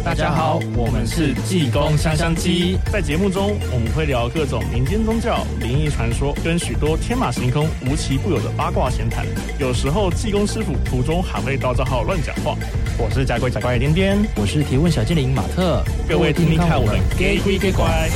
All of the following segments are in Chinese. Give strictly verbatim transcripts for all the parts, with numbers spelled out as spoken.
大家好，我们是济公香香鸡。在节目中，我们会聊各种民间宗教、灵异传说，跟许多天马行空、无奇不有的八卦闲谈。有时候济公师傅途中还会到账号乱讲话。我是假鬼假怪的颠颠， 我是提问小精灵马特。 各位听听看我们 gay 鬼 gay 怪。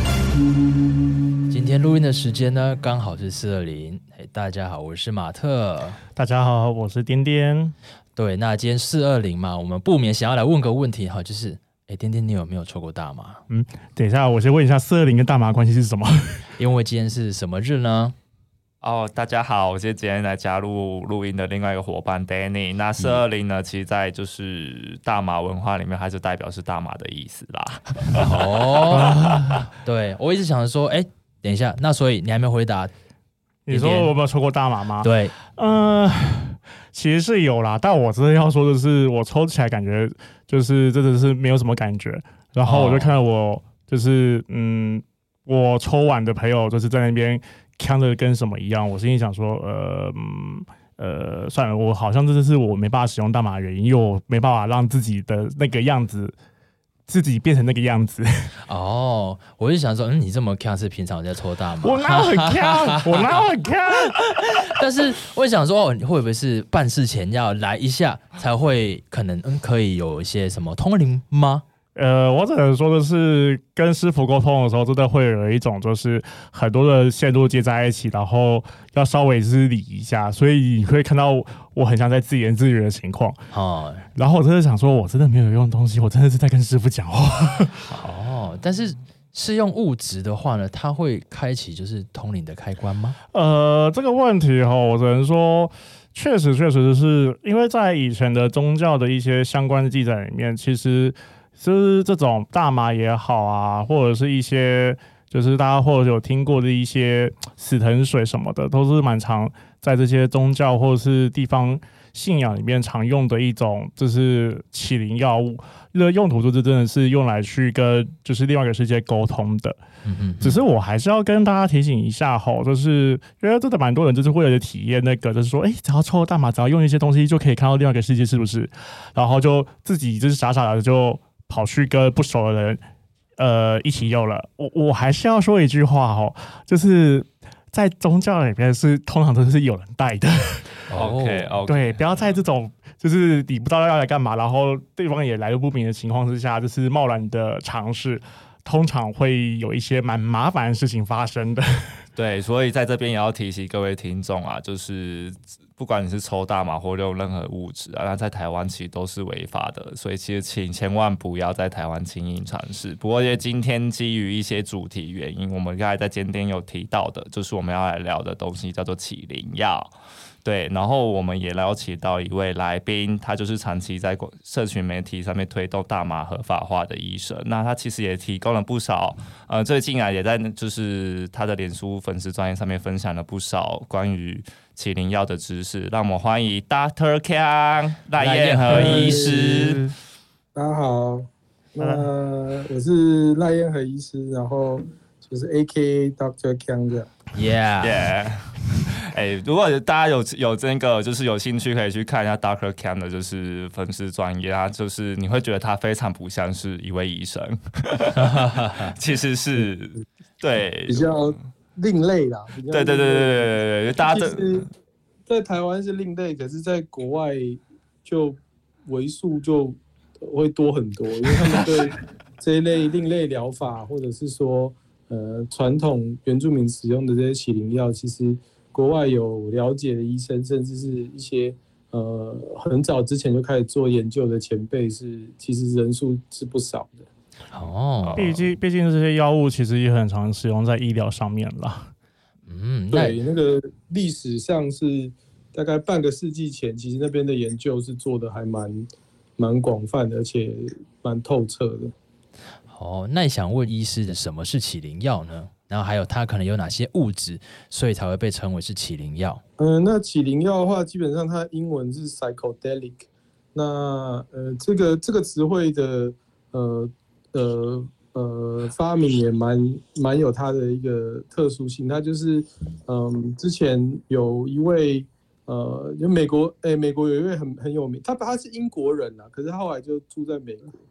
今天录音的时间呢，刚好是四二零。大家好，我是马特。 大家好，我是颠颠。 对，那今天四二零嘛，我们不免想要来问个问题哈，就是，哎，颠颠，你有没有抽过大麻？ 嗯，等一下，我先问一下四二零跟大麻关系是什么？ 因为今天是什么日呢？ 哦，大家好，我是今天来加入录音的另外一个伙伴 Danny。那四二零呢，其实在就是大麻文化里面，它就代表是大麻的意思啦。 哦，对，我一直想说，哎，等一下，那所以你还没回答。 你说我有没有抽过大麻吗？ 对， 嗯、呃，其实是有啦，但我真的要说的是，我抽起来感觉就是真的是没有什么感觉。然后我就看到我就是嗯，我抽完的朋友就是在那边呛的跟什么一样，我心里想说，呃嗯呃，算了，我好像这是我没办法使用大麻的原因，因为我没办法让自己的那个样子。自己变成那个样子哦，我就想说，嗯，你这么强是平常在抽大麻？ 我哪有很强？我哪有很强？ 但是我想说，哦，你会不会是办事前要来一下才会可能嗯可以有一些什么通灵吗？ 呃，我只能说的是，跟师傅沟通的时候，真的会有一种就是很多的线路接在一起，然后要稍微是理一下，所以你会看到我很像在自言自语的情况。哦，然后我真的想说，我真的没有用东西，我真的是在跟师傅讲话。 哦，但是是用物质的话呢，它会开启就是通灵的开关吗？ 呃，这个问题哈，我只能说。确实，确实是因为在以前的宗教的一些相关的记载里面，其实就是这种大麻也好啊，或者是一些就是大家或者有听过的一些死藤水什么的，都是蛮常在这些宗教或者是地方信仰里面常用的一种，就是起灵药物。这用途就是真的是用来去跟就是另外一个世界沟通的。嗯嗯，只是我还是要跟大家提醒一下吼，就是因为真的蛮多人就是为了体验那个，就是说，哎、欸，只要抽大麻，只要用一些东西就可以看到另外一个世界，是不是？然后就自己就是傻傻的就跑去跟不熟的人呃一起用了。我我还是要说一句话吼，就是在宗教里面是通常都是有人带的。 OK OK， 对，不要在这种就是你不知道要来干嘛，然后对方也来路不明的情况之下，就是贸然的尝试。通常会有一些蛮麻烦的事情发生的。 对，所以在这边也要提醒各位听众啊，就是不管你是抽大麻或用任何物质啊，那在台湾其实都是违法的，所以其实请千万不要在台湾轻易尝试。不过因为今天基于一些主题原因，我们刚才在今天有提到的，就是我们要来聊的东西叫做起灵药。对，然后我们也邀请到一位来宾，他就是长期在社群媒体上面推动大麻合法化的医生。那他其实也提供了不少，呃，最近啊也在就是他的脸书粉丝专页上面分享了不少关于起灵药的知识。让我们欢迎 Doctor Kang 赖彦和医师。 大家好，那我是赖彦和医师，然后就是 A K A Doctor Kang 的。 Yeah yeah。欸、如果大家有有这个就是有兴趣，可以去看一下 Doctor Kang 的，就是粉丝专页啊，就是你会觉得他非常不像是一位医生，其实是对比较另类啦。 对对对对对对，大家其实在台湾是另类，可是在国外就为数就会多很多，因为他们对这一类另类疗法，或者是说呃传统原住民使用的这些起灵药，其实。国外有了解的医生，甚至是一些呃很早之前就开始做研究的前辈是，其实人数是不少的。 哦，毕竟毕竟这些药物其实也很常使用在医疗上面啦。 嗯，对，那个历史上是大概半个世纪前，其实那边的研究是做的还蛮蛮广泛的，而且蛮透彻的。 哦，那你想问医师的什么是起灵药呢？然后还有它可能有哪些物质，所以才会被称为是起灵药？ 嗯、呃，那起灵药的话，基本上它英文是 psychedelic。那呃，这个这个词汇的呃呃呃发明也蛮蛮有它的一个特殊性。它就是嗯、呃，之前有一位呃，就美国哎、欸，美国有一位很很有名，他他是英国人啊，可是他后来就住在美国。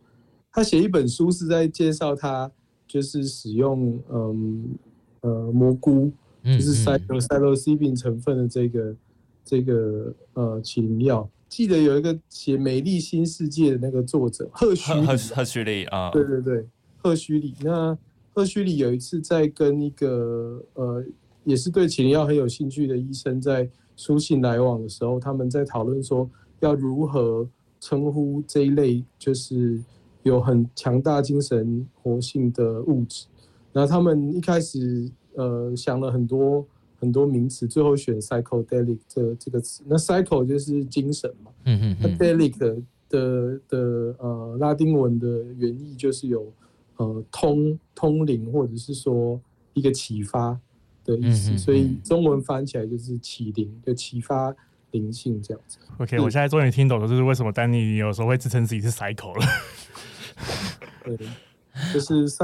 他写一本书是在介绍他就是使用嗯呃蘑菇，就是 psilocybin 成分的这个这个呃起灵药。记得有一个写《美丽新世界》的那个作者赫胥黎， 赫胥黎啊， 对对对，赫胥黎。那赫胥黎有一次在跟一个呃也是对起灵药很有兴趣的医生在书信来往的时候，他们在讨论说要如何称呼这一类就是有很强大精神活性的物质。然后他们一开始呃想了很多很多名词，最后选 psychedelic 这这个词。那 psycho 就是精神嘛，嗯嗯那 delic 的的的呃拉丁文的原意就是有呃通通灵或者是说一个启发的意思，所以中文翻起来就是启灵，就启发灵性这样子。 OK， 我现在终于听懂了，就是为什么丹尼有时候会自称自己是 psycho 了。 对，就是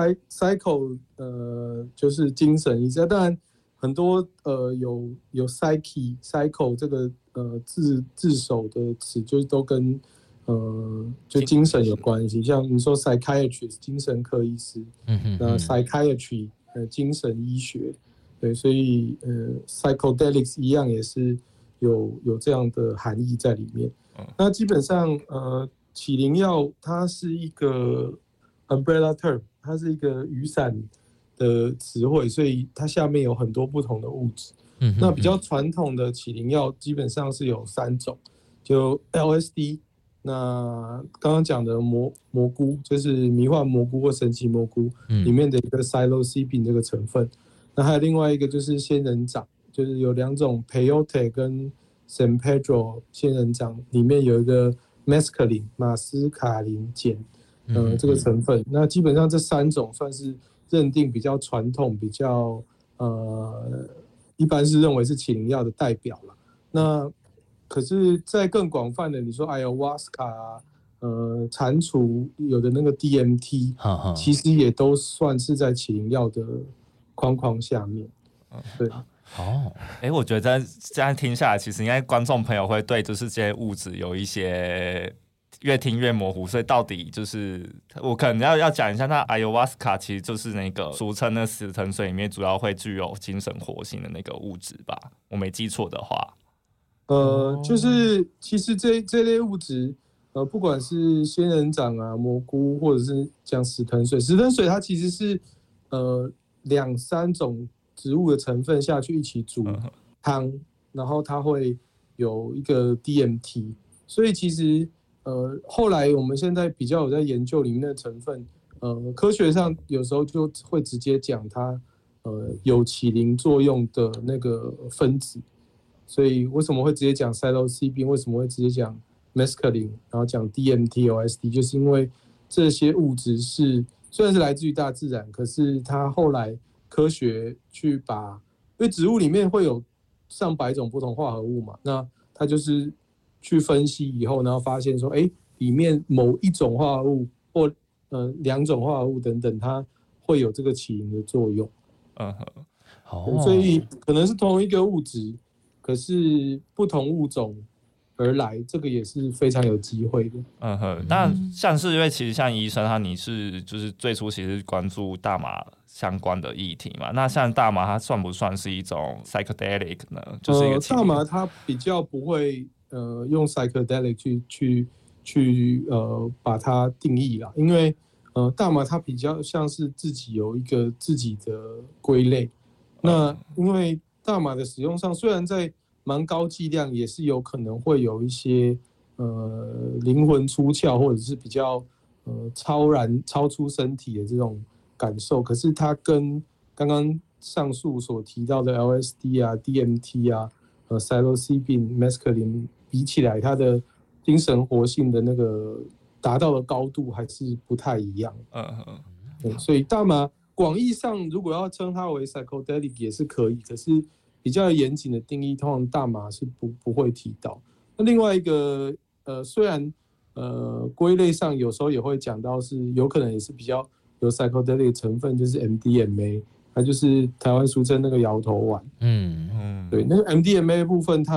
psycho 呃就是精神意思，当然。很多呃有有 psyche psycho 这个呃字字首的词，就都跟呃就精神有关系。像你说 psychiatrist 精神科医师，嗯嗯，那 psychiatry 呃精神医学，对，所以呃 psychedelics 一样也是有有这样的含义在里面。那基本上呃起灵药它是一个 umbrella term， 它是一个雨伞的词汇，所以它下面有很多不同的物质。嗯、那比较传统的起灵药基本上是有三种，就 L S D， 那刚刚讲的蘑蘑菇就是迷幻蘑菇或神奇蘑菇里面的一个 psilocybin 这个成分。那还有另外一个就是仙人掌，就是有两种 peyote 跟 San Pedro 仙人掌里面有一个 mescaline 马斯卡林碱，呃，这个成分。那基本上这三种算是认定比较传统、比较呃，一般是认为是起灵药的代表了。那可是，在更广泛的，你说 ayahuasca 啊，呃，蟾蜍有的那个 D M T， 其实也都算是在起灵药的框框下面。对。 哦，哎，我觉得这样听下来，其实应该观众朋友会对就是这些物质有一些越听越模糊，所以到底就是我可能要要讲一下，那 ayahuasca 其实就是那个俗称那死藤水里面主要会具有精神活性的那个物质吧？我没记错的话， 呃，就是其实这这类物质，呃，不管是仙人掌啊、蘑菇，或者是讲死藤水，死藤水它其实是呃两三种植物的成分下去一起煮汤，然后它会有一个 D M T， 所以其实呃后来我们现在比较有在研究里面的成分，呃科学上有时候就会直接讲它呃有起灵作用的那个分子，所以为什么会直接讲 psilocybin， 为什么会直接讲 mescaline， 然后讲 D M T、L S D， 就是因为这些物质是虽然是来自于大自然，可是它后来科学去把，因为植物里面会有上百种不同化合物嘛，那它就是去分析以后，然后发现说，哎，里面某一种化合物或呃两种化合物等等，它会有这个起灵的作用。嗯哼，哦，所以可能是同一个物质，可是不同物种而来，这个也是非常有机会的。 嗯哼，那像是因为其实像医生他你是就是最初其实关注大麻相关的议题嘛，那像大麻它算不算是一种 psychedelic 呢？就是一个、呃、 大麻它比较不会呃用 psychedelic 去去去呃把它定义啦，因为呃大麻它比较像是自己有一个自己的归类。那因为大麻的使用上，虽然在蛮高剂量，也是有可能会有一些呃灵魂出窍，或者是比较呃超然超出身体的这种感受。可是它跟刚刚上述所提到的 L S D 啊、D M T 啊、呃 psilocybin、mescaline 比起来，它的精神活性的那个达到的高度还是不太一样。嗯嗯，所以大麻广义上如果要称它为 psychedelic 也是可以，可是比较严谨的定义，通常大麻是不不会提到。那另外一个，呃，虽然呃归类上有时候也会讲到是有可能也是比较有 psychedelic 成分，就是 M D M A， 它就是台湾俗称那个摇头丸。嗯嗯，对，那个 M D M A 的部分它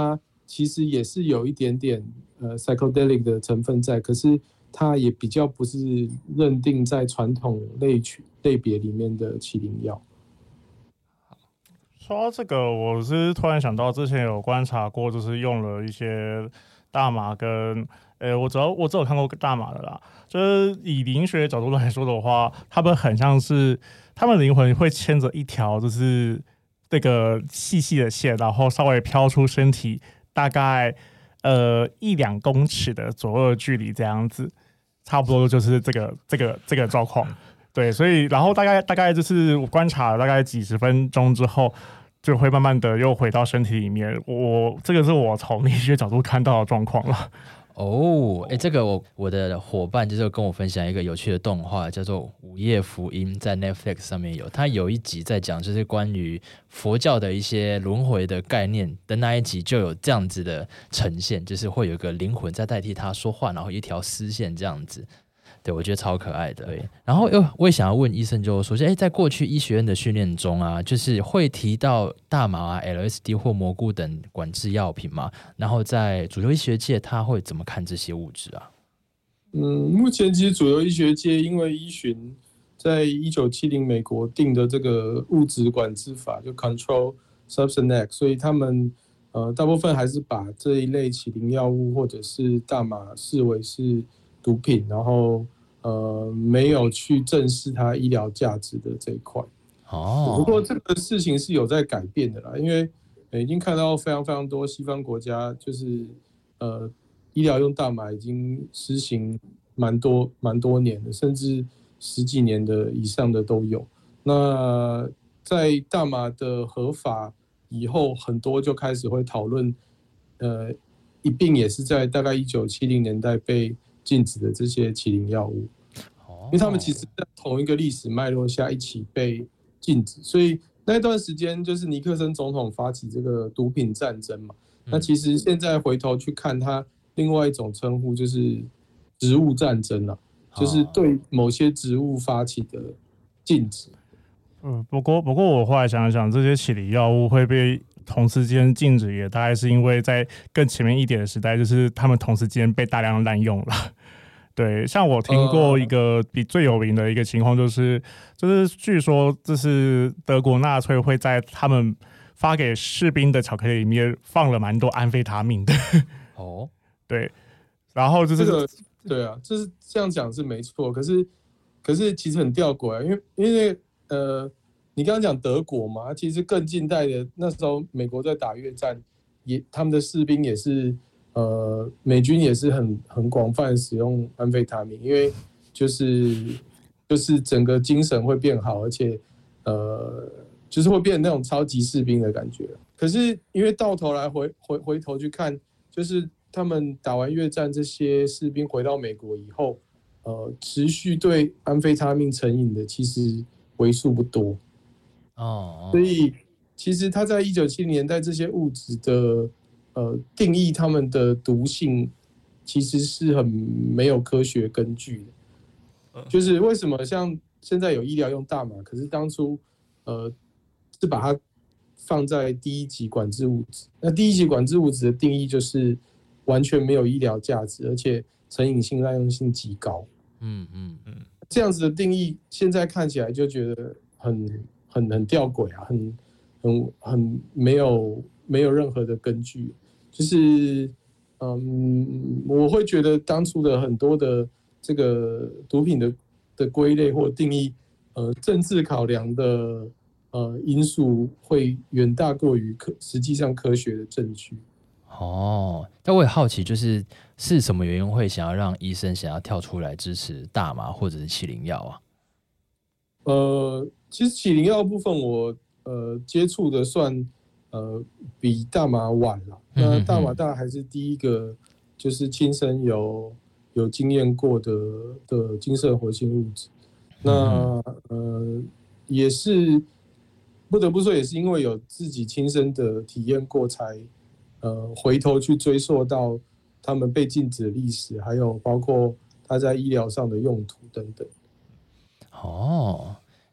其实也是有一点点呃 psychedelic 的成分在，可是它也比较不是认定在传统类群类别里面的麒麟药。 说到这个，我是突然想到之前有观察过，就是用了一些大麻跟，呃、欸，我只要我只有看过大麻的啦，就是以灵学角度来说的话，他们很像是他们灵魂会牵着一条就是那个细细的线，然后稍微飘出身体大概呃一两公尺的左右的距离，这样子，差不多就是这个这个这个状况。对，所以然后大概大概就是我观察了大概几十分钟之后，就会慢慢的又回到身体里面。我这个是我从医学角度看到的状况了。 哦，哎，这个我我的伙伴就是跟我分享一个有趣的动画，叫做《午夜福音》，在 Netflix 上面有。它有一集在讲就是关于佛教的一些轮回的概念的那一集，就有这样子的呈现，就是会有一个灵魂在代替他说话，然后一条丝线这样子。对，我觉得超可爱的。对，然后又我也想要问医生，就是说，哎，在过去医学院的训练中啊，就是会提到大麻啊、L S D 或蘑菇等管制药品嘛？然后在主流医学界，他会怎么看这些物质啊？ 嗯，目前其实主流医学界因为依循在一九七零美国定的这个物质管制法，就 Control Substance Act， 所以他们呃大部分还是把这一类起灵药物或者是大麻视为是毒品，然后呃没有去正视它医疗价值的这一块。 哦， 不过这个事情是有在改变的啦，因为已经看到非常非常多西方国家就是呃医疗用大麻已经施行蛮多蛮多年的，甚至十几年的以上的都有。那在大麻的合法以后，很多就开始会讨论，呃，一并也是在大概一九七零年代被禁止的这些起灵药物，因为他们其实在同一个历史脉络下一起被禁止，所以那段时间就是尼克森总统发起这个毒品战争嘛。那其实现在回头去看，他另外一种称呼就是植物战争啊，就是对某些植物发起的禁止。 嗯，不过不过我后来想想，这些起灵药物会被同时间禁止，也大概是因为在更前面一点的时代，就是他们同时间被大量滥用了。对，像我听过一个比最有名的一个情况，就是就是据说这是德国纳粹会在他们发给士兵的巧克力里面放了蛮多安非他命的。 哦， 对，然后就是这个对啊，就是这样讲是没错，可是可是其实很吊诡啊，因为因为呃，你刚刚讲德国嘛，其实更近代的那时候，美国在打越战，也他们的士兵也是呃，美军也是很很广泛使用安非他命，因为就是就是整个精神会变好，而且呃，就是会变成那种超级士兵的感觉。可是因为到头来回回回头去看，就是他们打完越战，这些士兵回到美国以后，呃，持续对安非他命成瘾的其实为数不多。 哦， 所以其实他在一九七零年代这些物质的呃定义，他们的毒性其实是很没有科学根据的。就是为什么像现在有医疗用大麻，可是当初呃是把它放在第一级管制物质。那第一级管制物质的定义就是完全没有医疗价值，而且成瘾性、滥用性极高。 嗯嗯嗯， 这样子的定义，现在看起来就觉得很很很吊诡啊，很很很没有没有任何的根据。就是嗯，我会觉得当初的很多的这个毒品的的归类或定义，呃，政治考量的呃因素会远大过于科实际上科学的证据。 哦，但我也好奇，就是是什么原因会想要让医生想要跳出来支持大麻或者是起灵药啊？ 呃，其实起灵药部分我呃接触的算呃比大麻晚了。那大麻大还是第一个就是亲身有有经验过的的精神活性物质。那呃也是不得不说，也是因为有自己亲身的体验过才。呃，回头去追溯到他们被禁止的历史，还有包括它在医疗上的用途等等。 哦，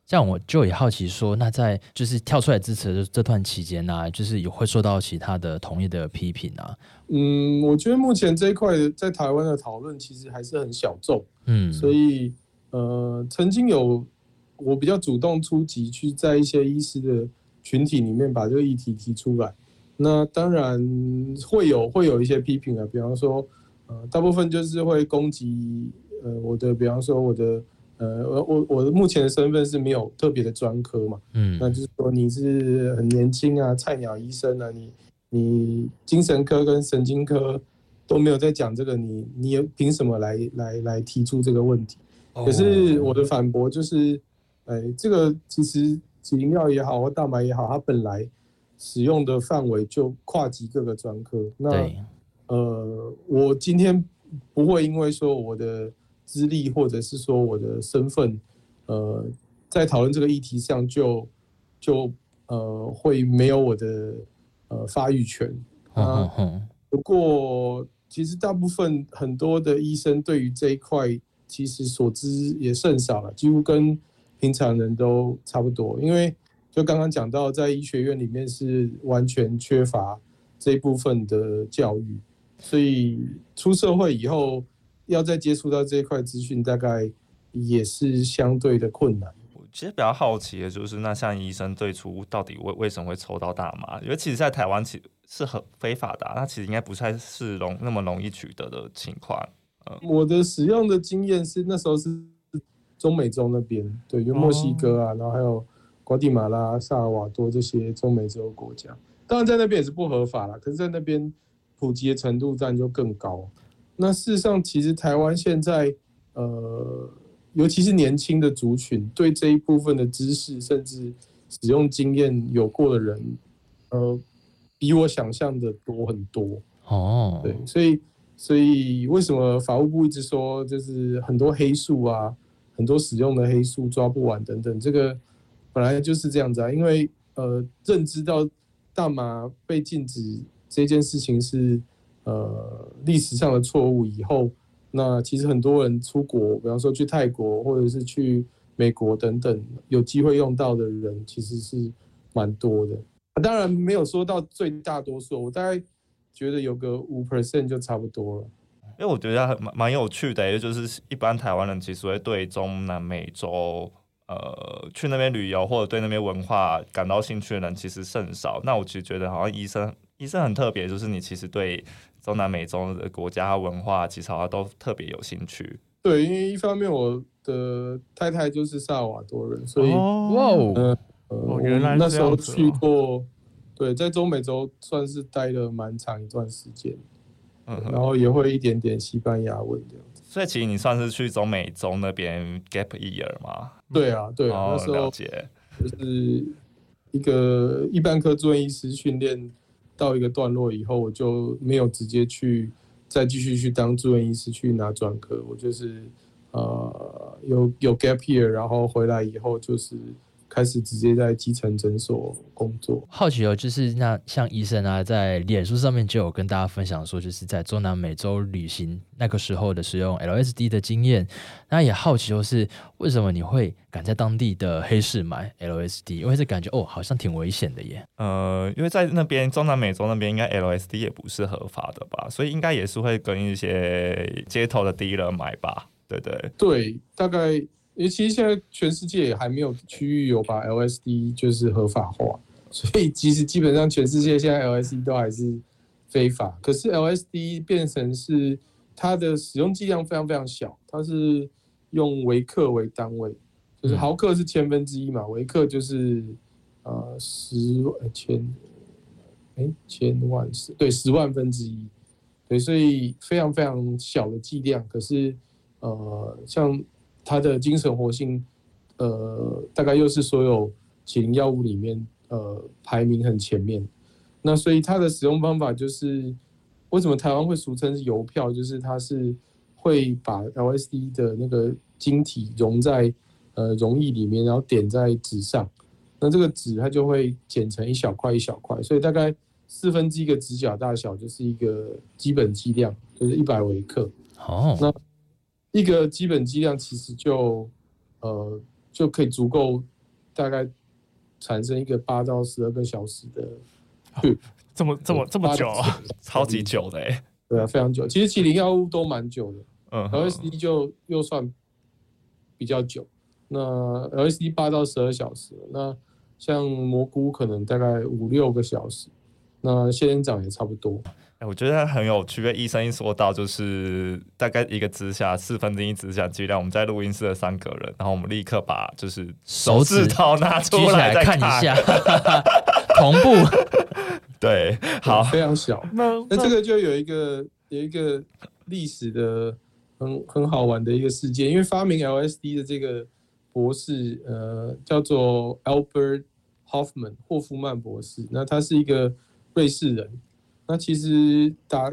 这样我就也好奇说，那在就是跳出来支持的这段期间呢、啊，就是有会受到其他的同业的批评啊？ 嗯，我觉得目前这一块在台湾的讨论其实还是很小众， 嗯， 所以呃，曾经有我比较主动出击，去在一些医师的群体里面把这个议题提出来。那当然会有会有一些批评啊，比方说，呃，大部分就是会攻击呃我的，比方说我的。呃，我我我的目前的身份是没有特别的专科嘛， 嗯， 那就是说你是很年轻啊，菜鸟医生啊，你你精神科跟神经科都没有在讲这个，你你凭什么来来来提出这个问题？可是我的反驳就是，哎，这个其实止灵药也好或大麻也好，它本来使用的范围就跨及各个专科。那呃，我今天不会因为说我的资历或者是说我的身份，呃，在讨论这个议题上就就呃会没有我的呃发育权啊。不过其实大部分很多的医生对于这一块其实所知也甚少了，几乎跟平常人都差不多。因为就刚刚讲到，在医学院里面是完全缺乏这一部分的教育，所以出社会以后。要再接触到这一块资讯，大概也是相对的困难。 我其实比较好奇的就是，那像医生最初到底为为什么会抽到大麻？因为其实，在台湾其实是很非法的、啊，那其实应该不太是容那么容易取得的情况。嗯， 我的使用的经验是那时候是中美洲那边，对，就墨西哥啊，哦、然后还有瓜地马拉、萨尔瓦多这些中美洲国家。当然在那边也是不合法啦，可是在那边普及的程度自然就更高。那事实上，其实台湾现在，呃，尤其是年轻的族群，对这一部分的知识甚至使用经验有过的人，呃，比我想象的多很多。 哦， 对，所以，所以为什么法务部一直说，就是很多黑数啊，很多使用的黑数抓不完等等，这个本来就是这样子啊，因为呃，认知到大麻被禁止这件事情是。呃，历史上的错误以后，那其实很多人出国，比方说去泰国或者是去美国等等，有机会用到的人其实是蛮多的。当然没有说到最大多数，我大概觉得有个五 percent 就差不多了。 因为我觉得蛮蛮有趣的，也就是一般台湾人其实会对中南美洲。呃，去那边旅游或者对那边文化感到兴趣的人其实甚少。那我其实觉得好像医生医生很特别，就是你其实对中南美洲的国家文化其实好像都特别有兴趣。 对，因为一方面我的太太就是萨尔瓦多人，所以哦， 呃呃， 原来那时候去过，对，在中美洲算是待了蛮长一段时间，嗯，然后也会一点点西班牙文这样子。 所以其实你算是去中美洲那边 gap year 吗？ 对啊，对啊， 哦、 那时候就是一个一般科住院医师训练到一个段落以后，我就没有直接去再继续去当住院医师去拿专科，我就是呃有有 gap year， 然后回来以后就是开始直接在基层诊所工作。 好奇哦，就是那像医生啊，在脸书上面就有跟大家分享说，就是在中南美洲旅行那个时候的使用 L S D 的经验。那也好奇就是为什么你会敢在当地的黑市买 L S D？ 因为这感觉哦，好像挺危险的耶。 呃，因为在那边中南美洲那边，应该 L S D 也不是合法的吧，所以应该也是会跟一些街头的 dealer 买吧，对不对？ 对，大概。因为其实现在全世界也还没有区域有把 L S D 就是合法化，所以其实基本上全世界现在 L S D 都还是非法。可是 L S D 变成是它的使用剂量非常非常小，它是用微克为单位，就是毫克是千分之一嘛，微克就是呃十千哎千万十对十万分之一，对，所以非常非常小的剂量，可是呃像它的精神活性，呃，大概又是所有起灵药物里面，呃，排名很前面。那所以它的使用方法就是，为什么台湾会俗称是邮票？就是它是会把 L S D 的那个晶体溶在呃溶液里面，然后点在纸上。那这个纸它就会剪成一小块一小块，所以大概四分之一个指甲大小就是一个基本剂量，就是一百微克。 哦， 那一个基本剂量其实就呃就可以足够大概产生一个八到十二个小时的 trip，、哦、 这么这么这么久啊， 超级久的哎。 对啊，非常久。其实麒麟药物都蛮久的，嗯 ，L S D 就又算比较久。那 L S D 八到十二小时，那像蘑菇可能大概五六个小时，那仙人掌也差不多。 我觉得很有趣，因为医生一说到就是大概一个指甲四分之一指甲剂量，我们在录音室的三个人，然后我们立刻把就是手指头拿出来再看一下，同步。 对，好， 非常小。那那这个就有一个有一个历史的很很好玩的一个事件，因为发明 L S D 的这个博士，呃，叫做 Albert Hoffman 霍夫曼博士，那他是一个瑞士人。那其实打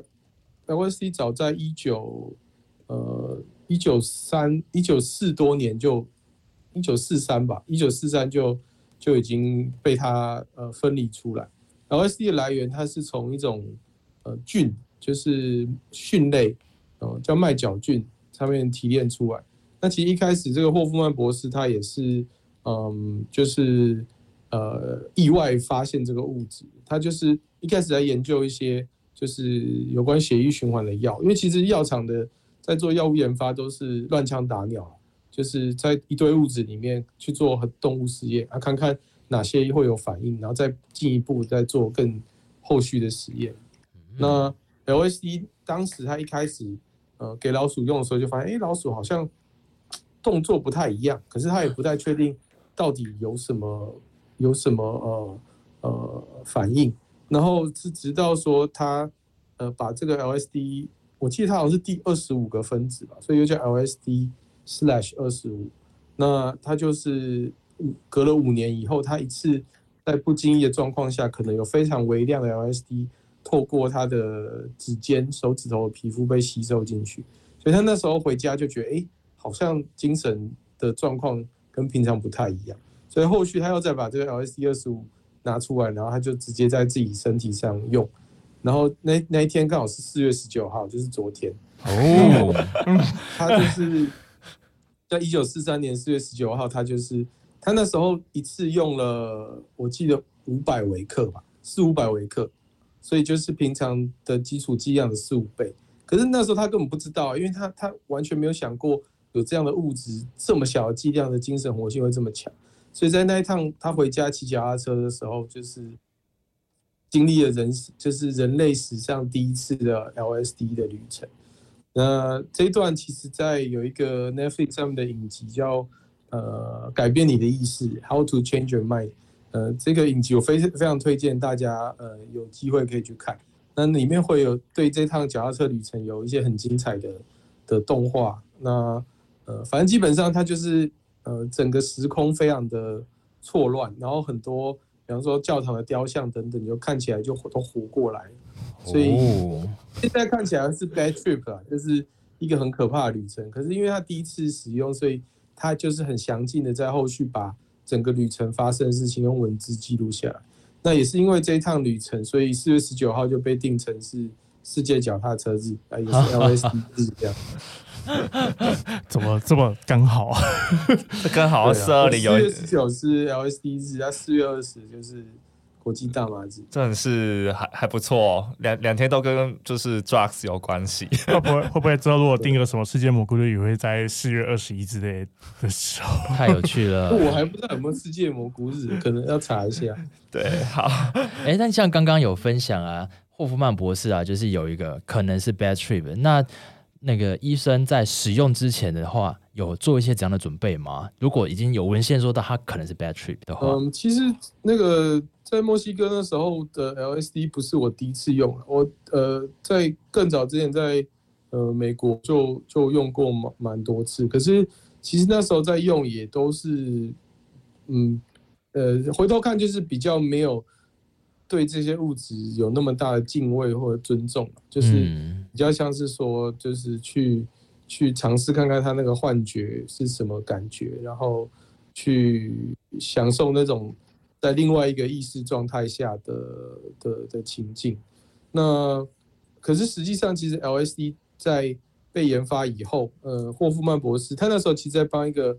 L S D 早在一九呃一九三一九四多年就一九四三吧，一九四三就就已经被他呃分离出来。L S D 的来源它是从一种呃菌，就是菌类，呃叫麦角菌上面提炼出来。那其实一开始这个霍夫曼博士他也是嗯就是呃意外发现这个物质，他就是一开始在研究一些就是有关血液循环的药，因为其实药厂的在做药物研发都是乱枪打鸟，就是在一堆物质里面去做动物实验啊，看看哪些会有反应，然后再进一步再做更后续的实验。那 L S D 当时他一开始呃给老鼠用的时候就发现，哎，老鼠好像动作不太一样，可是他也不太确定到底有什么有什么呃呃反应。然后是直到说他呃把这个 L S D， 我记得他好像是第二十五个分子吧，所以又叫 L S D slash 二十五。那他就是隔了五年以后，他一次在不经意的状况下，可能有非常微量的 L S D 透过他的指尖、手指头的皮肤被吸收进去，所以他那时候回家就觉得，哎，好像精神的状况跟平常不太一样，所以后续他又再把这个 L S D 二十五拿出来，然后他就直接在自己身体上用，然后 那, 那一天刚好是四月十九号，就是昨天哦，他就是在一九四三年四月十九号，他就是他那时候一次用了，我记得五百微克吧，四五百微克，所以就是平常的基础剂量的四五倍。可是那时候他根本不知道，因为他他完全没有想过有这样的物质，这么小的剂量的精神活性会这么强。所以在那一趟他回家骑脚踏车的时候，就是经历了人就是人类史上第一次的 L S D 的旅程。那这一段其实在有一个 Netflix 上面的影集叫呃改变你的意识 How to Change Your Mind， 呃这个影集我非非常推荐大家呃有机会可以去看。那里面会有对这趟脚踏车旅程有一些很精彩的的动画。那呃反正基本上它就是呃整个时空非常的错乱，然后很多比方说教堂的雕像等等，就看起来就都活过来。所以现在看起来是 bad trip 啦，就是一个很可怕的旅程。可是因为他第一次使用，所以他就是很详尽的在后续把整个旅程发生的事情用文字记录下来。那也是因为这一趟旅程，所以四月十九号就被定成是世界脚踏车日，也是 L S D 日这样。 怎么这么刚好啊？ 这刚好是二零有四月十九是 L S D 日，那四月二十就是国际大麻日， 真的是还还不错哦，两两天都跟就是 drugs 有关系。 会不会会不会之后如果定个什么世界蘑菇日，也会在四月二十一之类的时候？ 太有趣了， 我还不知道有没有世界蘑菇日，可能要查一下。 对，好， 哎，但像刚刚有分享啊，霍夫曼博士啊，就是有一个可能是 bad trip， 那那个医生在使用之前的话，有做一些怎样的准备吗？如果已经有文献说到它可能是 bad trip 的话， 嗯，其实那个在墨西哥那时候的 L S D 不是我第一次用了，我呃在更早之前在呃美国就就用过蛮蛮多次，可是其实那时候在用也都是嗯呃回头看就是比较没有对这些物质有那么大的敬畏或者尊重，就是比较像是说就是去去尝试看看他那个幻觉是什么感觉，然后去享受那种在另外一个意识状态下的的的情境。那可是实际上，其实 L S D 在被研发以后，呃，霍夫曼博士他那时候其实在帮一个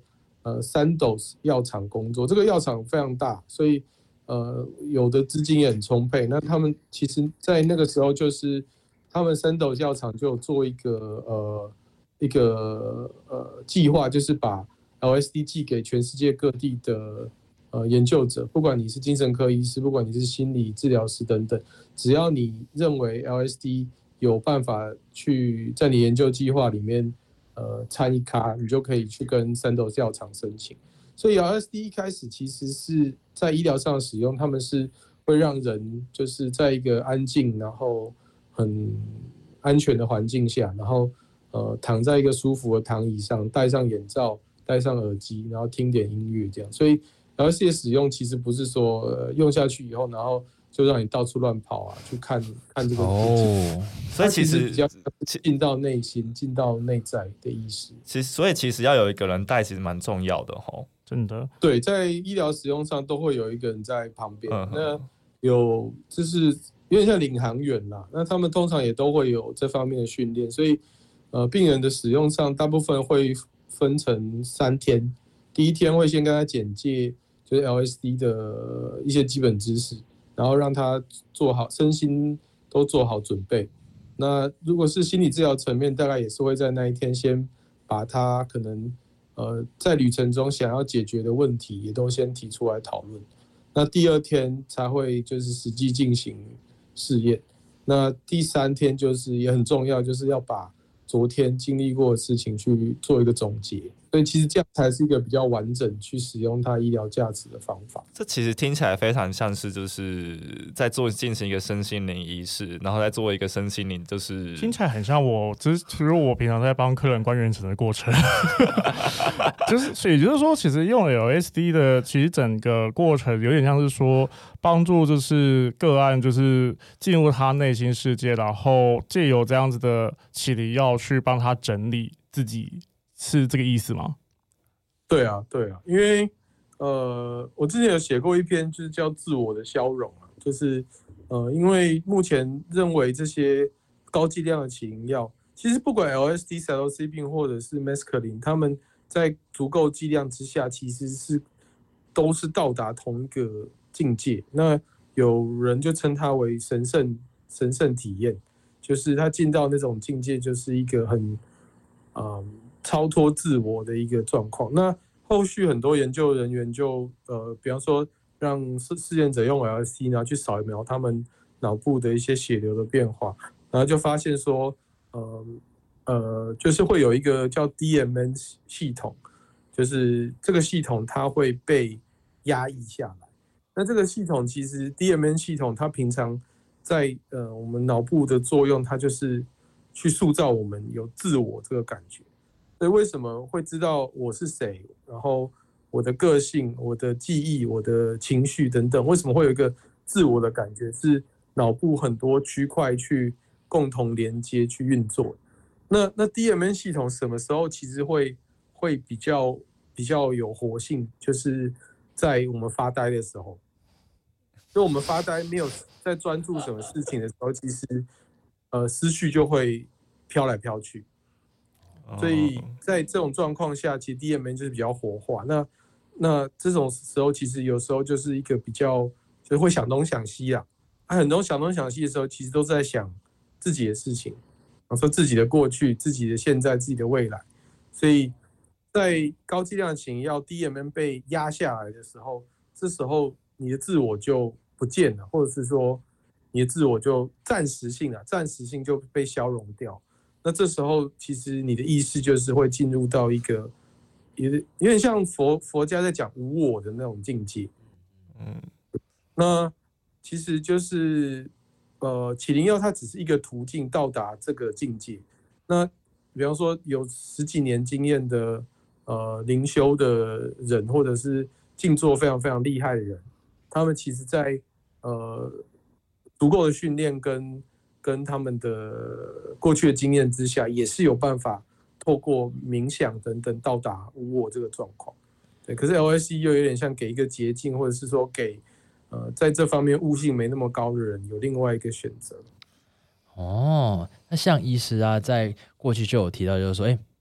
呃 Sandoz 药厂工作，这个药厂非常大，所以呃有的资金也很充沛。那他们其实在那个时候就是他们 Sandoz 药厂就有做一个呃一个呃计划，就是把 L S D 寄给全世界各地的呃研究者，不管你是精神科医师，不管你是心理治疗师等等，只要你认为 L S D 有办法去在你研究计划里面呃参一咖，你就可以去跟 Sandoz 药厂申请。所以 L S D 一开始其实是在医疗上使用，他们是会让人就是在一个安静然后很安全的环境下，然后呃躺在一个舒服的躺椅上，戴上眼罩，戴上耳机，然后听点音乐这样。所以 L S D 的使用其实不是说、呃、用下去以后，然后就让你到处乱跑啊，去看看这个世界。 哦， 所以其实比较进到内心、进到内在的意识。 其实所以其实要有一个人带，其实蛮重要的吼。 真的， 对，在医疗使用上都会有一个人在旁边。 嗯、 那有就是有点像领航员啦，那他们通常也都会有这方面的训练，所以呃，病人的使用上大部分会分成三天。第一天会先跟他简介就是 L S D 的一些基本知识，然后让他做好身心都做好准备。那如果是心理治疗层面，大概也是会在那一天先把他可能呃在旅程中想要解决的问题也都先提出来讨论。那第二天才会就是实际进行试验。那第三天就是也很重要，就是要把昨天经历过的事情去做一个总结。所以其实这样才是一个比较完整去使用它医疗价值的方法。 这其实听起来非常像是就是在做进行一个身心灵仪式，然后再做一个身心灵，就是听起来很像我，只是其实我平常在帮客人关元辰的过程，就是所以也就是说，其实用 L S D 的，其实整个过程有点像是说帮助就是个案就是进入他内心世界，然后借由这样子的启灵药去帮他整理自己。是这个意思吗？ 对啊，对啊，因为呃，我之前有写过一篇，就是叫《自我的消融》啊，就是呃，因为目前认为这些高剂量的起灵药，其实不管 L S D、psilocybin 或者是 mescaline， 他们在足够剂量之下，其实是都是到达同一个境界。那有人就称它为神圣神圣体验，就是他进到那种境界，就是一个很嗯。超脱自我的一个状况。那后续很多研究人员就呃，比方说让试试验者用 L S D 然后去扫描他们脑部的一些血流的变化，然后就发现说，呃呃，就是会有一个叫 D M N 系统，就是这个系统它会被压抑下来。那这个系统其实 D M N 系统它平常在呃我们脑部的作用，它就是去塑造我们有自我这个感觉。所以为什么会知道我是谁，然后我的个性、我的记忆、我的情绪等等，为什么会有一个自我的感觉？是脑部很多区块去共同连接、去运作。那那 D M N 系统什么时候其实会会比较比较有活性？就是在我们发呆的时候，就我们发呆没有在专注什么事情的时候，其实呃思绪就会飘来飘去。所以在这种状况下，其实 D M N 就是比较活化。那那这种时候，其实有时候就是一个比较，就是会想东想西啊。啊，很多想东想西的时候，其实都是在想自己的事情，说自己的过去、自己的现在、自己的未来。所以在高剂量起灵药 D M N 被压下来的时候，这时候你的自我就不见了，或者是说你的自我就暂时性啊，暂时性就被消融掉。那这时候，其实你的意识就是会进入到一个有点有点像佛佛家在讲无我的那种境界。嗯，那其实就是呃，起灵药它只是一个途径到达这个境界。那比方说有十几年经验的呃灵修的人，或者是静坐非常非常厉害的人，他们其实在呃足够的训练跟跟他们的过去的经验之下，也是有办法透过冥想等等到达无我这个状况。对，可是 L S D 又有点像给一个捷径，或者是说给呃在这方面悟性没那么高的人有另外一个选择。 哦，那像医师啊，在过去就有提到，就是说，哎，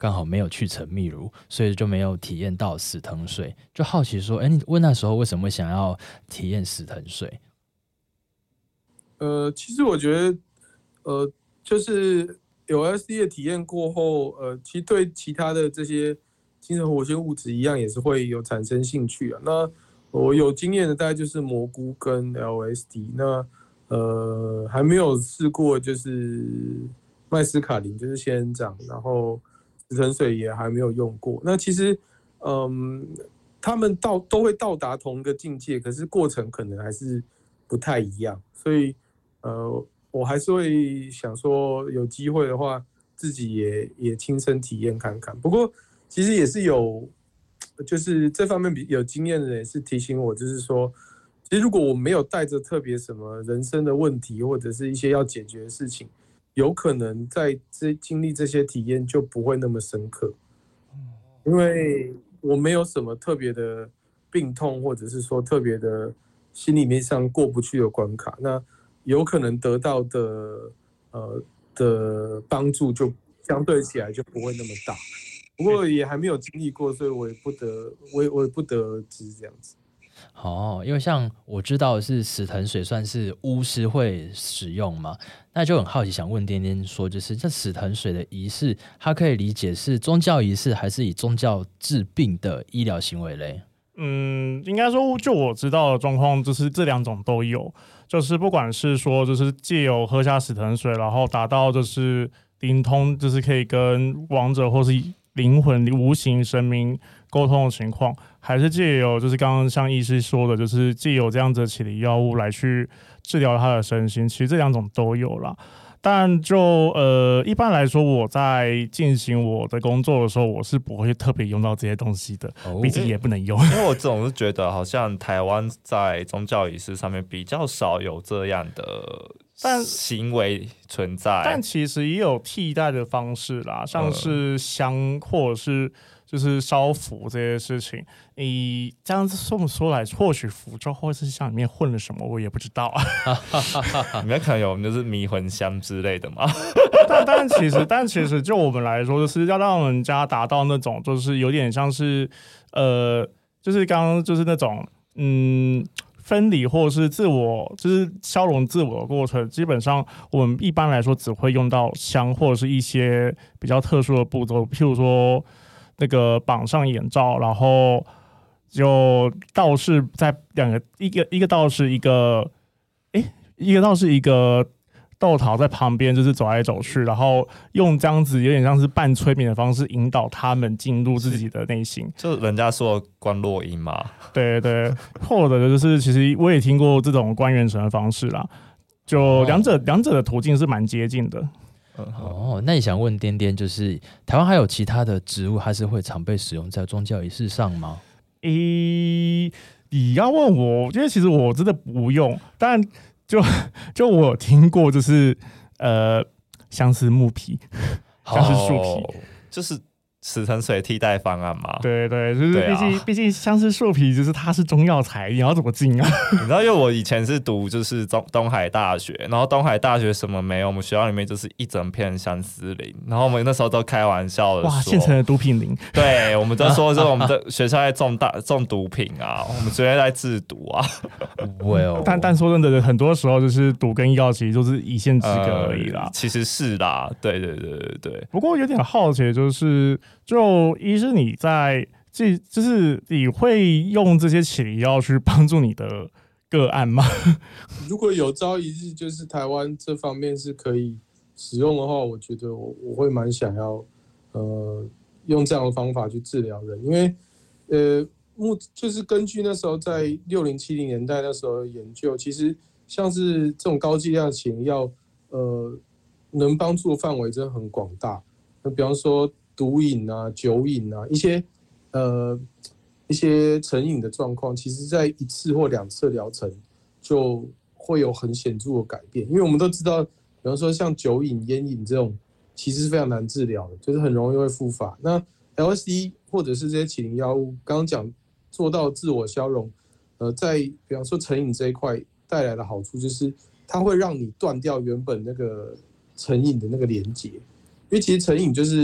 刚好没有去成秘鲁，所以就没有体验到死藤水。就好奇说，哎，你问那时候为什么会想要体验死藤水？ 呃，其实我觉得，呃，就是有 L S D 的体验过后，呃，其实对其他的这些精神活性物质一样，也是会有产生兴趣啊。那我有经验的大概就是蘑菇跟 L S D， 那呃还没有试过就是麦斯卡林，就是仙人掌，然后死藤水也还没有用过。那其实，嗯，他们到都会到达同一个境界，可是过程可能还是不太一样，所以。呃，我还是会想说，有机会的话，自己也也亲身体验看看。不过，其实也是有，就是这方面比有经验的人也是提醒我，就是说，其实如果我没有带着特别什么人生的问题，或者是一些要解决的事情，有可能在这经历这些体验就不会那么深刻，因为我没有什么特别的病痛，或者是说特别的心里面上过不去的关卡，那。有可能得到的呃的帮助就相对起来就不会那么大，不过也还没有经历过，所以我也不得我也我也不得而知这样子。 哦，因为像我知道的是死藤水算是巫师会使用嘛，那就很好奇，想问颠颠说，就是这死藤水的仪式，它可以理解是宗教仪式，还是以宗教治病的医疗行为嘞？ 嗯，应该说，就我知道的状况，就是这两种都有。就是不管是说，就是借由喝下死藤水，然后达到就是灵通，就是可以跟亡者或是灵魂、无形神明沟通的情况，还是借由就是刚刚像医师说的，就是借由这样子的起理药物来去治疗他的身心，其实这两种都有啦。但就呃，一般来说，我在进行我的工作的时候，我是不会特别用到这些东西的，毕竟也不能用。 因为我总是觉得，好像台湾在宗教仪式上面比较少有这样的行为存在， 但其实也有替代的方式啦，像是香或者是就是烧符这些事情。你这样子这么说来，或许符咒或是香里面混了什么，我也不知道啊。 里面可能有就是迷魂香之类的嘛。 但但其实但其实就我们来说，就是要让人家达到那种就是有点像是呃，就是刚刚就是那种嗯。分离或是自我，就是消融自我的过程，基本上我们一般来说只会用到香或者是一些比较特殊的步骤，譬如说那个绑上眼罩，然后就道士在两个一个一个道士一个哎一个道士一个豆桃在旁边就是走来走去，然后用这样子有点像是半催眠的方式引导他们进入自己的内心， 就人家说的观落阴嘛。 对对，或者就是其实我也听过这种观元神的方式啦，就两者两者的途径是蛮接近的。 哦，那你想问颠颠，就是台湾还有其他的植物，还是会常被使用在宗教仪式上吗？ 诶，你要问我，因为其实我真的不用，但就就我有听过，就是呃，相思木皮，相思树皮， 哦、就是死藤水替代方案嘛。 对对，就是毕竟、啊、毕竟相思树皮就是它是中药材，你要怎么进啊？ 你知道，因为我以前是读就是东海大学，然后东海大学什么没有，我们学校里面就是一整片相思林，然后我们那时候都开玩笑的说， 哇，现成的毒品林。 对，我们都说是我们的学校在种大种毒品啊，我们直接在制毒啊。 well, 但但说真的，很多时候就是毒跟药其实就是一线之隔而已啦、呃。 其实是啦，对对对对对。 不过有点好奇，就是就一是你在这就是你会用这些起理药去帮助你的个案吗？ 如果有朝一日就是台湾这方面是可以使用的话，我觉得我我会蛮想要呃用这样的方法去治疗人，因为呃目就是根据那时候在六零七零年代那时候的研究，其实像是这种高剂量的起理药，呃能帮助的范围真的很广大。那比方说毒瘾啊、酒瘾啊，一些呃一些成瘾的状况，其实在一次或两次疗程就会有很显著的改变。因为我们都知道，比方说像酒瘾、烟瘾这种，其实是非常难治疗的，就是很容易会复发。那 L S D 或者是这些起灵药物，刚刚讲做到自我消融，呃，在比方说成瘾这一块带来的好处，就是它会让你断掉原本那个成瘾的那个连结。因为其实成瘾就是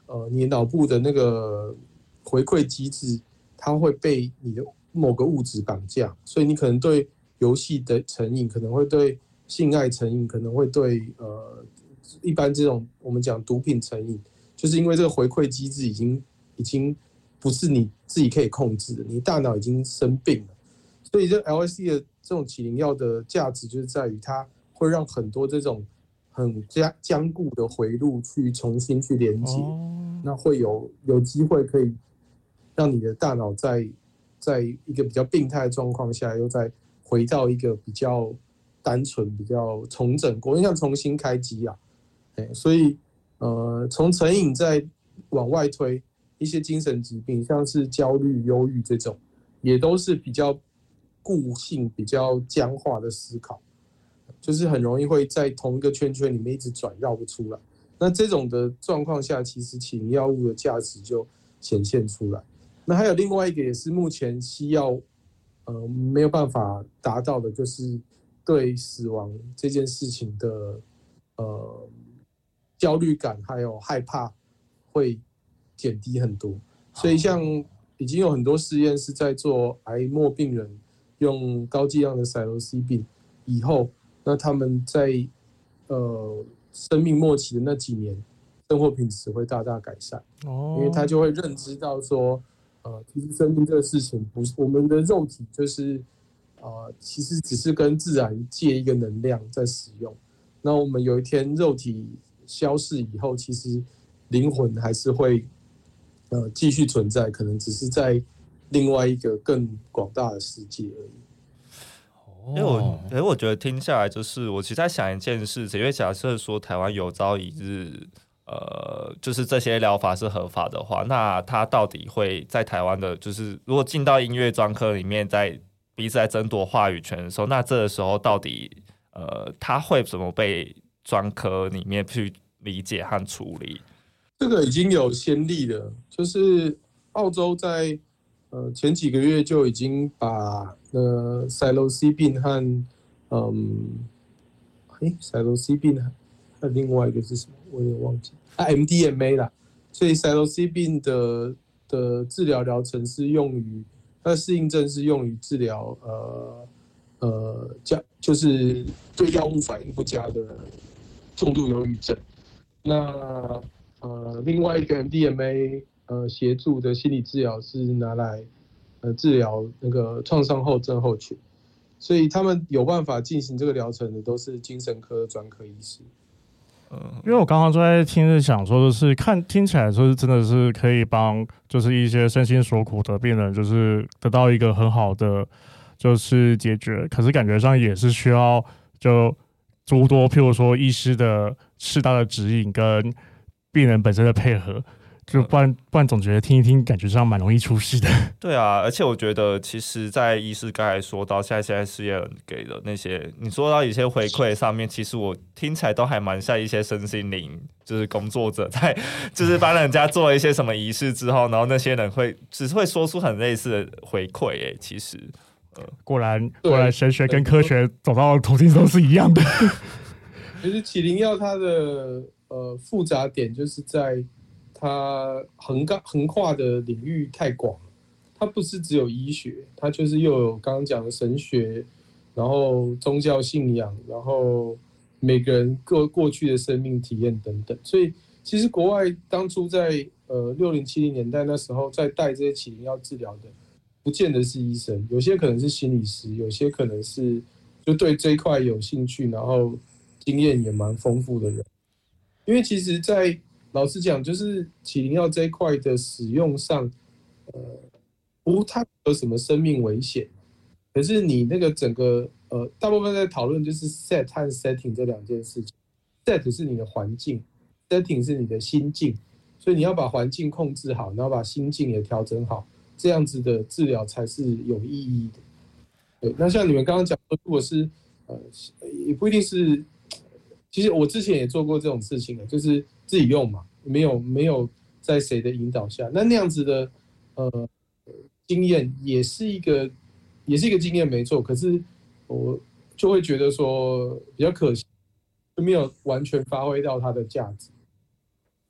呃你脑部的那个回馈机制，它会被你的某个物质绑架，所以你可能对游戏的成瘾，可能会对性爱成瘾，可能会对呃一般这种我们讲毒品成瘾，就是因为这个回馈机制已经已经不是你自己可以控制的，你大脑已经生病了。所以这 L S D 的这种起灵药的价值就是在于它会让很多这种很僵固的回路去重新去连接，哦、那会有有机会可以让你的大脑在在一个比较病态的状况下，又再回到一个比较单纯、比较重整过，像重新开机啊。所以呃，从成瘾再往外推，一些精神疾病，像是焦虑、忧郁这种，也都是比较固性、比较僵化的思考，就是很容易会在同一个圈圈里面一直转，绕不出来。那这种的状况下，其实起灵药物的价值就显现出来。那还有另外一个也是目前西药呃没有办法达到的，就是对死亡这件事情的呃焦虑感还有害怕会减低很多。所以像已经有很多实验是在做癌末病人用高剂量的赛罗西宾以后，那他们在呃生命末期的那几年，生活品质会大大改善，哦、因为他就会认知到说。呃，其实生命这个事情不是我们的肉体，就是呃，其实只是跟自然借一个能量在使用。那我们有一天肉体消逝以后，其实灵魂还是会呃继续存在，可能只是在另外一个更广大的世界而已。 因为我，因为我觉得听下来，就是我其实在想一件事情，因为假设说台湾有朝一日。呃，就是这些疗法是合法的话，那它到底会在台湾的，就是如果进到音乐专科里面，在彼此在争夺话语权的时候，那这个时候到底呃，它会怎么被专科里面去理解和处理？ 这个已经有先例了，就是澳洲在呃前几个月就已经把呃赛罗西宾和嗯，哎，赛罗西宾和另外一个是什么？我有点忘记啊 ，M D M A 啦，所以 psilocybin 的的治疗疗程是用于它的适应症是用于治疗呃呃就是对药物反应不佳的重度忧郁症。那呃另外一个 M D M A 呃协助的心理治疗是拿来呃治疗那个创伤后症候群，所以他们有办法进行这个疗程的都是精神科专科医师。 因为我刚刚就在听着想说，就是看听起来就是真的是可以帮，就是一些身心所苦的病人，就是得到一个很好的就是解决。可是感觉上也是需要就诸多，譬如说医师的适当的指引跟病人本身的配合。就不然不然总觉得听一听感觉上蛮容易出事的。 对啊，而且我觉得其实在医师刚才说到现在现在事业人给的那些你说到一些回馈上面，其实我听起来都还蛮像一些身心灵就是工作者在就是帮人家做一些什么仪式之后，然后那些人会只是会说出很类似的回馈诶，其实、 呃、果然果然神学跟科学走到的途径都是一样的。 其实起灵药它的呃复杂点就是在它横横跨的领域太广了，它不是只有医学，它就是又有刚刚讲的神学，然后宗教信仰，然后每个人过过去的生命体验等等。所以其实国外当初在呃六零七零年代那时候在带这些起灵药治疗的，不见得是医生，有些可能是心理师，有些可能是就对这一块有兴趣，然后经验也蛮丰富的人。因为其实在老实讲，就是起灵药这一块的使用上，呃，不太有什么生命危险。可是你那个整个呃，大部分在讨论就是 set 和 setting 这两件事情。set 是你的环境 ，setting 是你的心境，所以你要把环境控制好，然后把心境也调整好，这样子的治疗才是有意义的。对，那像你们刚刚讲说，如果是呃，也不一定是。其实我之前也做过这种事情的，就是自己用嘛，没有没有在谁的引导下，那那样子的呃经验也是一个也是一个经验没错，可是我就会觉得说比较可惜，就没有完全发挥到它的价值。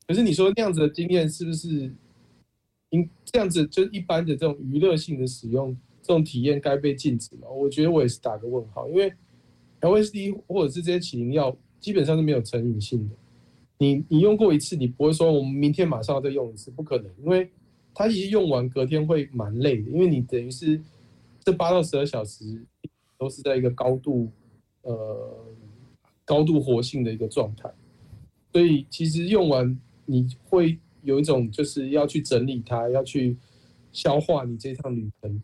可是你说那样子的经验是不是应这样子，就是一般的这种娱乐性的使用，这种体验该被禁止吗？我觉得我也是打个问号，因为 L S D 或者是这些起灵药基本上是没有成瘾性的。你你用过一次，你不会说我们明天马上要再用一次，不可能，因为它一用完隔天会蛮累的，因为你等于是这八到十二小时都是在一个高度呃高度活性的一个状态，所以其实用完你会有一种就是要去整理它，要去消化你这趟旅程。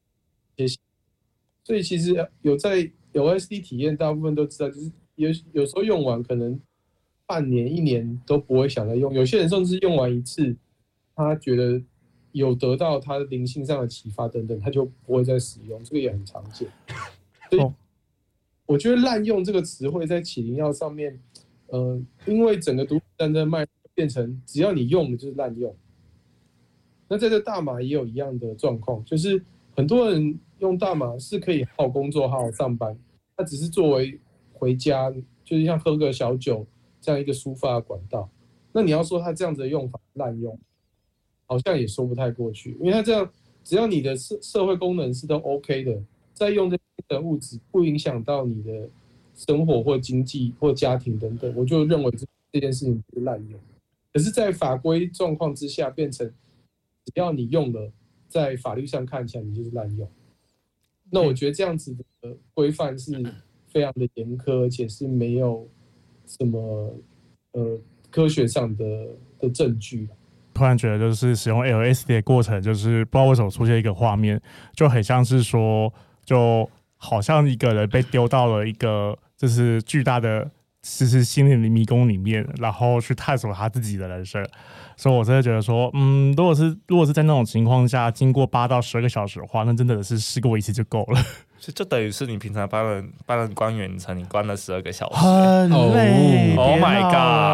所以其实有在有 L S D 体验，大部分都知道，就是有有时候用完可能半年一年都不会想再用，有些人甚至用完一次，他觉得有得到他灵性上的启发等等，他就不会再使用，这个也很常见。所以我觉得滥用这个词汇在起灵药上面，呃，因为整个毒品战争脉变成只要你用的就是滥用。那在这大麻也有一样的状况，就是很多人用大麻是可以好好工作、好好上班，他只是作为回家，就是像喝个小酒这样一个抒发的管道。那你要说他这样子的用法滥用，好像也说不太过去，因为他这样，只要你的社社会功能是都 OK 的，再用这些物质不影响到你的生活或经济或家庭等等，我就认为这件事情是滥用。可是，在法规状况之下，变成只要你用了，在法律上看起来你就是滥用。那我觉得这样子的规范是非常的严苛，而且是没有什么呃科学上的的证据。 突然觉得就是使用 L S D 的过程，就是不知道为什么出现一个画面，就很像是说，就好像一个人被丢到了一个就是巨大的就是心灵的迷宫里面，然后去探索他自己的人生。所以我真的觉得说，嗯，如果是如果是在那种情况下，经过八到十二个小时的话，那真的是试过一次就够了。 就等于是你平常帮人帮人关远程，你关了十二个小时， 很累。 Oh, oh my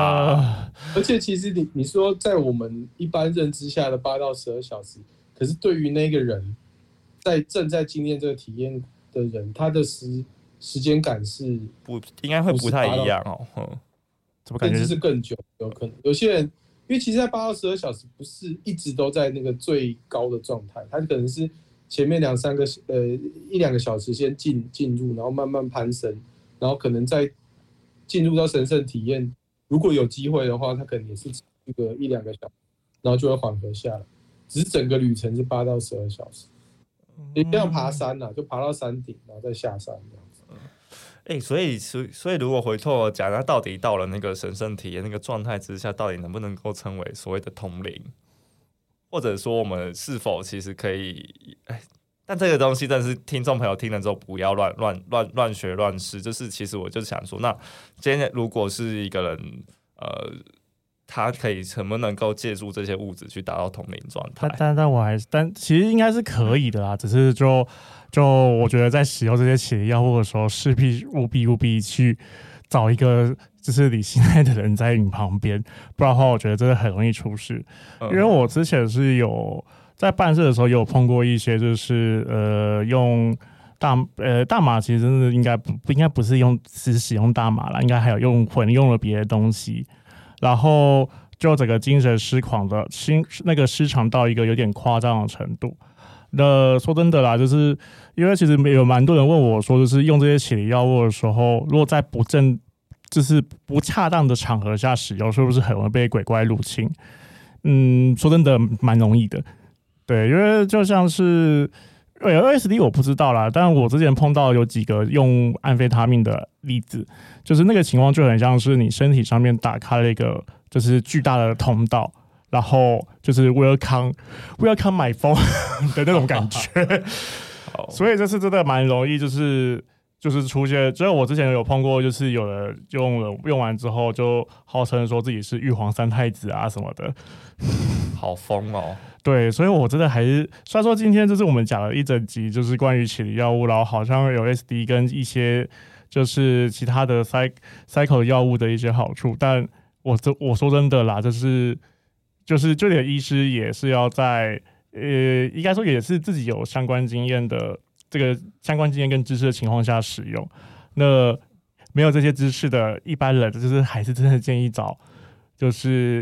god！ 而且其实你你说在我们一般认知下的八到十二小时，可是对于那个人在正在经验这个体验的人，他的时时间感是不应该会不太一样哦。嗯， 怎么感觉甚至是更久？有可能有些人，因为其实在八到十二小时不是一直都在那个最高的状态，他可能是前面两三个呃一两个小时先进进入，然后慢慢攀升，然后可能再进入到神圣体验。如果有机会的话，他可能也是这个一两个小时，然后就会缓和下来。只是整个旅程是八到十二小时，也像爬山呐、啊，就爬到山顶，然后再下山这样子。 哎、欸，所以所以所以如果回头讲，那到底到了那个神圣体验那个状态之下，到底能不能够称为所谓的通灵？或者说我们是否其实可以？哎，但这个东西，但是听众朋友听了之后不要乱乱乱乱学乱试。就是其实我就想说，那今天如果是一个人，呃，他可以能不能够借助这些物质去达到通灵状态？ 但但但我还是，但其实应该是可以的啦。只是就就我觉得在使用这些起灵药物的时候，势必务必务必去找一个就是你信赖的人在你旁边，不然的话，我觉得真的很容易出事。嗯、因为我之前是有在办事的时候，也有碰过一些就是呃用大呃大麻，其实真的应该不不应该不是用只使用大麻啦，应该还有用混用了别的东西，然后就整个精神失狂的心那个失常到一个有点夸张的程度。那说真的啦，就是因为其实有蛮多人问我说，就是用这些起灵药物的时候，如果在不正就是不恰当的场合下使用，是不是很容易被鬼怪入侵？嗯，说真的蛮容易的。对，因为就像是 L S D 我不知道啦，但我之前碰到有几个用安非他命的例子，就是那个情况就很像是你身体上面打开了一个就是巨大的通道，然后就是 welcome welcome my phone 的那种感觉。所以这是真的蛮容易，就是就是出现，就是我之前有碰过，就是有人用了用完之后就号称说自己是玉皇三太子啊什么的， 好疯哦。 对，所以我真的还是，虽然说今天就是我们讲了一整集，就是关于起灵药物，然后好像有 L S D 跟一些就是其他的 psycho 药物的一些好处，但我这我说真的啦，就是就是就连医师也是要在呃，应该说也是自己有相关经验的这个相关经验跟知识的情况下使用，那没有这些知识的一般人，就是还是真的建议找就是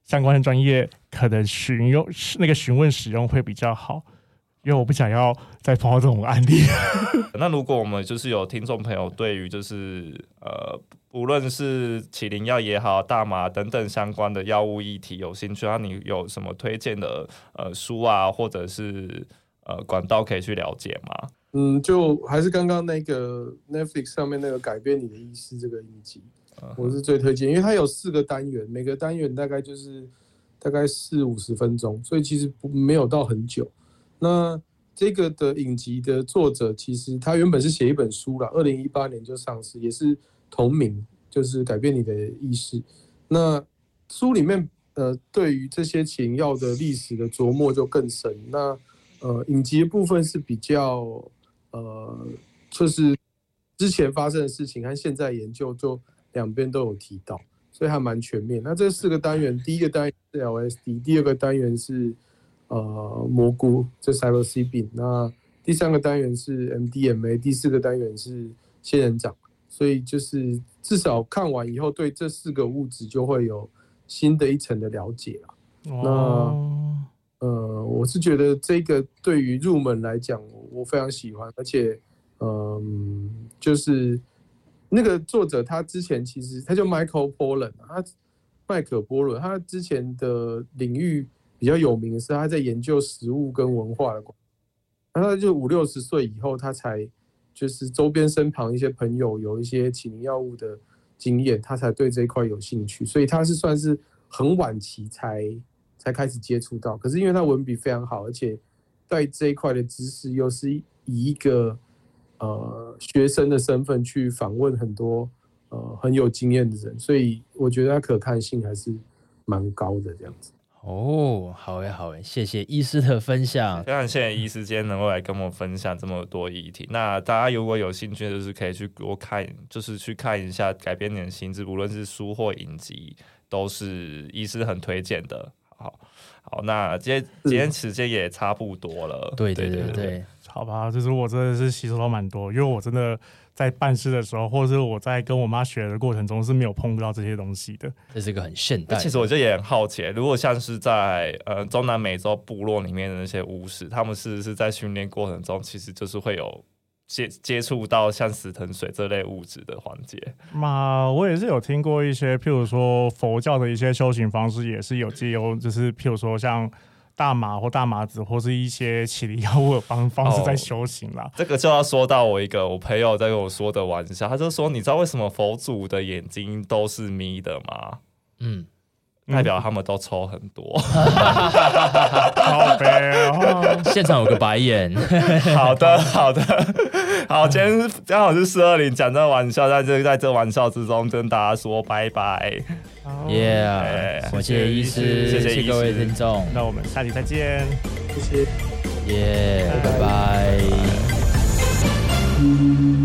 相关的专业可能询用那个询问使用会比较好，因为我不想要再碰到这种案例。 那如果我们就是有听众朋友对于就是呃，无论是起灵药也好、大麻等等相关的药物议题有兴趣，那你有什么推荐的呃书啊，或者是呃管道可以去了解吗？ 嗯，就还是刚刚那个 Netflix 上面那个改变你的意识这个影集，我是最推荐，因为它有四个单元，每个单元大概就是大概四五十分钟，所以其实不没有到很久。那这个的影集的作者其实他原本是写一本书啦，二零一八年就上市，也是同名，就是改变你的意识。那书里面呃对于这些起灵药的历史的琢磨就更深。那呃影集的部分是比较呃就是之前发生的事情和现在研究就两边都有提到，所以还蛮全面。那这四个单元，第一个单元是 L S D， 第二个单元是呃蘑菇，这 psilocybin， 那第三个单元是 M D M A， 第四个单元是仙人掌。所以就是至少看完以后，对这四个物质就会有新的一层的了解啦。 哦、 那呃，我是觉得这个对于入门来讲，我非常喜欢，而且嗯，就是那个作者他之前其实他叫 Michael Pollan， 他麦可波伦，他之前的领域比较有名的是他在研究食物跟文化的关系。那他就五六十岁以后，他才就是周边身旁一些朋友有一些起灵药物的经验，他才对这一块有兴趣，所以他是算是很晚期才才开始接触到。可是因为他文笔非常好，而且对这一块的知识又是以一个呃学生的身份去访问很多呃很有经验的人，所以我觉得他可看性还是蛮高的这样子。 哦，好诶好诶，谢谢医师的分享。 非常谢谢医师今天能够来跟我们分享这么多议题。那大家如果有兴趣，就是可以去多看，就是去看一下改变你的心智，无论是书或影集，都是医师很推荐的。好，好，那今天今天时间也差不多了。 对对对对对, 对， 好吧，就是我真的是吸收到蛮多，因为我真的在办事的时候，或者是我在跟我妈学的过程中是没有碰到这些东西的。 这是一个很现代的。 其实我就也很好奇，如果像是在呃中南美洲部落里面的那些巫师，他们是不是在训练过程中，其实就是会有接接触到像死藤水这类物质的环节？ 嘛，我也是有听过一些，譬如说佛教的一些修行方式，也是有借由，就是譬如说像大麻或大麻子，或是一些起灵药物的方方式在修行啦。 哦，这个就要说到我一个我朋友在跟我说的玩笑，他就说，你知道为什么佛祖的眼睛都是眯的吗？ 嗯， 代表他们都抽很多。 好悲哦！ 现场有个白眼。 好的，好的，好，今天刚好是四二零讲这玩笑，在这在这玩笑之中跟大家说拜拜。 耶、 yeah, 我谢谢医师， 谢谢谢谢各位听众， 那我们下期再见， 谢谢， 耶、yeah, 拜拜。 拜拜。